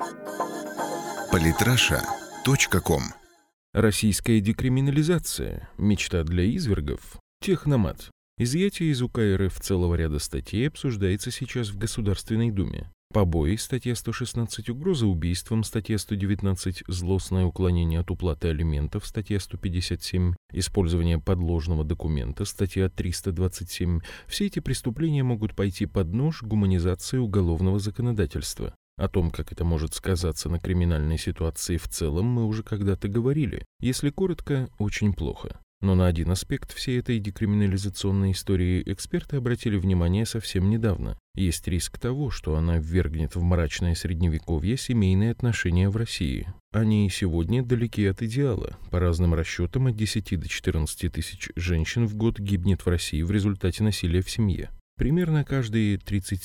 Политраша.ком. Российская декриминализация. Мечта для извергов. Техномат. Изъятие из УК РФ целого ряда статей обсуждается сейчас в Государственной Думе. Побои, статья 116, угроза убийством, статья 119, злостное уклонение от уплаты алиментов, статья 157, использование подложного документа, статья 327. Все эти преступления могут пойти под нож гуманизации уголовного законодательства. О том, как это может сказаться на криминальной ситуации в целом, мы уже когда-то говорили. Если коротко, очень плохо. Но на один аспект всей этой декриминализационной истории эксперты обратили внимание совсем недавно. Есть риск того, что она ввергнет в мрачное средневековье семейные отношения в России. Они и сегодня далеки от идеала. По разным расчетам, от 10 до 14 тысяч женщин в год гибнет в России в результате насилия в семье. Примерно каждые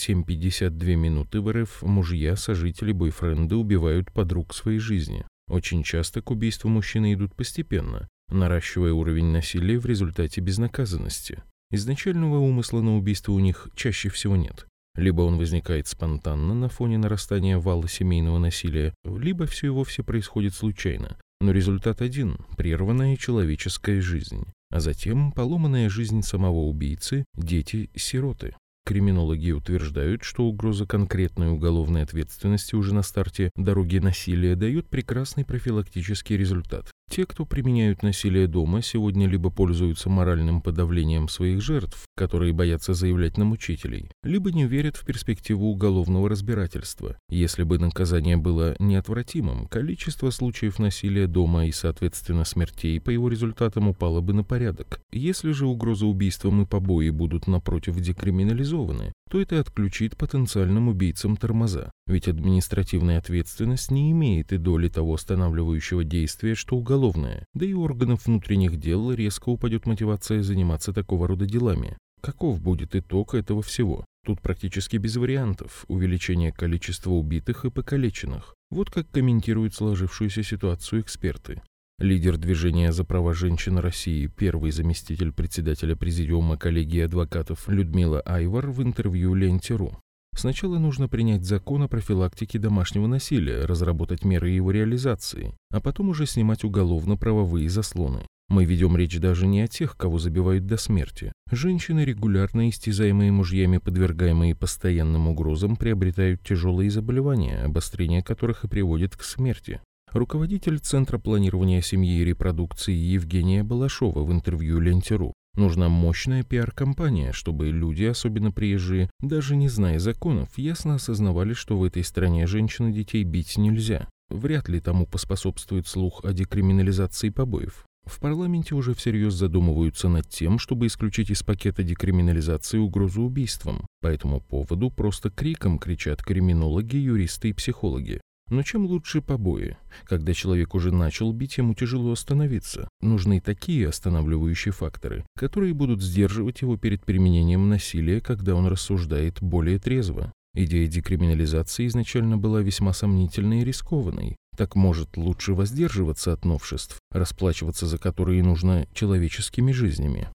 37-52 минуты в РФ мужья, сожители, бойфренды убивают подруг своей жизни. Очень часто к убийству мужчины идут постепенно, наращивая уровень насилия в результате безнаказанности. Изначального умысла на убийство у них чаще всего нет. Либо он возникает спонтанно на фоне нарастания вала семейного насилия, либо все и вовсе происходит случайно. Но результат один – прерванная человеческая жизнь. А затем поломанная жизнь самого убийцы, дети-сироты. Криминологи утверждают, что угроза конкретной уголовной ответственности уже на старте дороги насилия дает прекрасный профилактический результат. Те, кто применяют насилие дома, сегодня либо пользуются моральным подавлением своих жертв, которые боятся заявлять на мучителей, либо не верят в перспективу уголовного разбирательства. Если бы наказание было неотвратимым, количество случаев насилия дома и, соответственно, смертей по его результатам упало бы на порядок. Если же угроза убийством и побои будут, напротив, декриминализованы, то это отключит потенциальным убийцам тормоза. Ведь административная ответственность не имеет и доли того останавливающего действия, что уголовная. Да и у органов внутренних дел резко упадет мотивация заниматься такого рода делами. Каков будет итог этого всего? Тут практически без вариантов. Увеличение количества убитых и покалеченных. Вот как комментируют сложившуюся ситуацию эксперты. Лидер движения за права женщин России, первый заместитель председателя президиума коллегии адвокатов Людмила Айвар в интервью Ленте.ру. Сначала нужно принять закон о профилактике домашнего насилия, разработать меры его реализации, а потом уже снимать уголовно-правовые заслоны. Мы ведем речь даже не о тех, кого забивают до смерти. Женщины, регулярно истязаемые мужьями, подвергаемые постоянным угрозам, приобретают тяжелые заболевания, обострение которых и приводит к смерти. Руководитель Центра планирования семьи и репродукции Евгения Балашова в интервью Ленте.ру. Нужна мощная пиар-компания, чтобы люди, особенно приезжие, даже не зная законов, ясно осознавали, что в этой стране женщин и детей бить нельзя. Вряд ли тому поспособствует слух о декриминализации побоев. В парламенте уже всерьез задумываются над тем, чтобы исключить из пакета декриминализации угрозу убийством. По этому поводу просто криком кричат криминологи, юристы и психологи. Но чем лучше побои? Когда человек уже начал бить, ему тяжело остановиться. Нужны такие останавливающие факторы, которые будут сдерживать его перед применением насилия, когда он рассуждает более трезво. Идея декриминализации изначально была весьма сомнительной и рискованной. Так может лучше воздерживаться от новшеств, расплачиваться за которые нужно человеческими жизнями.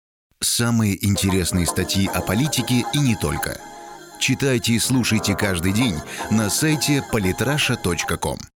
Самые интересные статьи о политике и не только. Читайте и слушайте каждый день на сайте politrasha.com.